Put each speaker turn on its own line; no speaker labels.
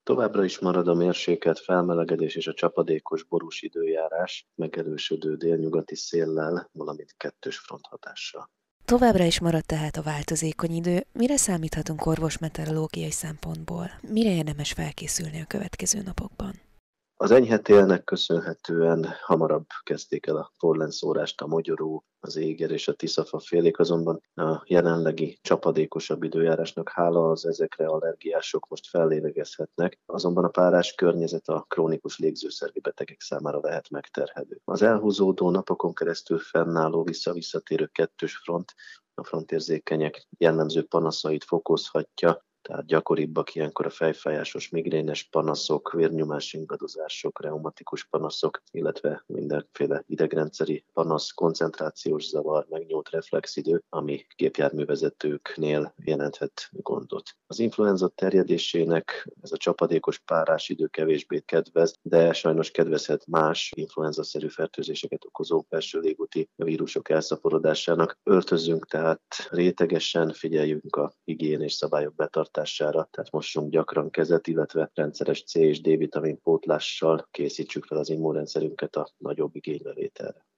Továbbra is marad a mérsékelt felmelegedés és a csapadékos borús időjárás megerősödő délnyugati széllel, valamint kettős front hatással.
Továbbra is marad tehát a változékony idő. Mire számíthatunk orvosmeteorológiai szempontból? Mire érdemes felkészülni a következő napokban?
Az enyhe télnek köszönhetően hamarabb kezdték el a pollenszórást a mogyoró, az éger és a tiszafa félék, azonban a jelenlegi csapadékosabb időjárásnak hála az ezekre allergiások most fellélegezhetnek, azonban a párás környezet a krónikus légzőszervi betegek számára lehet megterhelő. Az elhúzódó napokon keresztül fennálló visszatérő kettős front a frontérzékenyek jellemző panaszait fokozhatja, tehát gyakoribbak ilyenkor a fejfájásos, migrénes panaszok, vérnyomás ingadozások, reumatikus panaszok, illetve mindenféle idegrendszeri panasz, koncentrációs zavar, megnyúlt reflexidő, ami gépjárművezetőknél jelenthet gondot. Az influenza terjedésének ez a csapadékos párás idő kevésbé kedvez, de sajnos kedvezhet más influenza-szerű fertőzéseket okozó belső légúti vírusok elszaporodásának. Öltözzünk tehát rétegesen, figyeljünk a higiénés szabályok betartására, tehát mossunk gyakran kezet, illetve rendszeres C és D-vitamin pótlással készítsük fel az immunrendszerünket a nagyobb igénybevételre.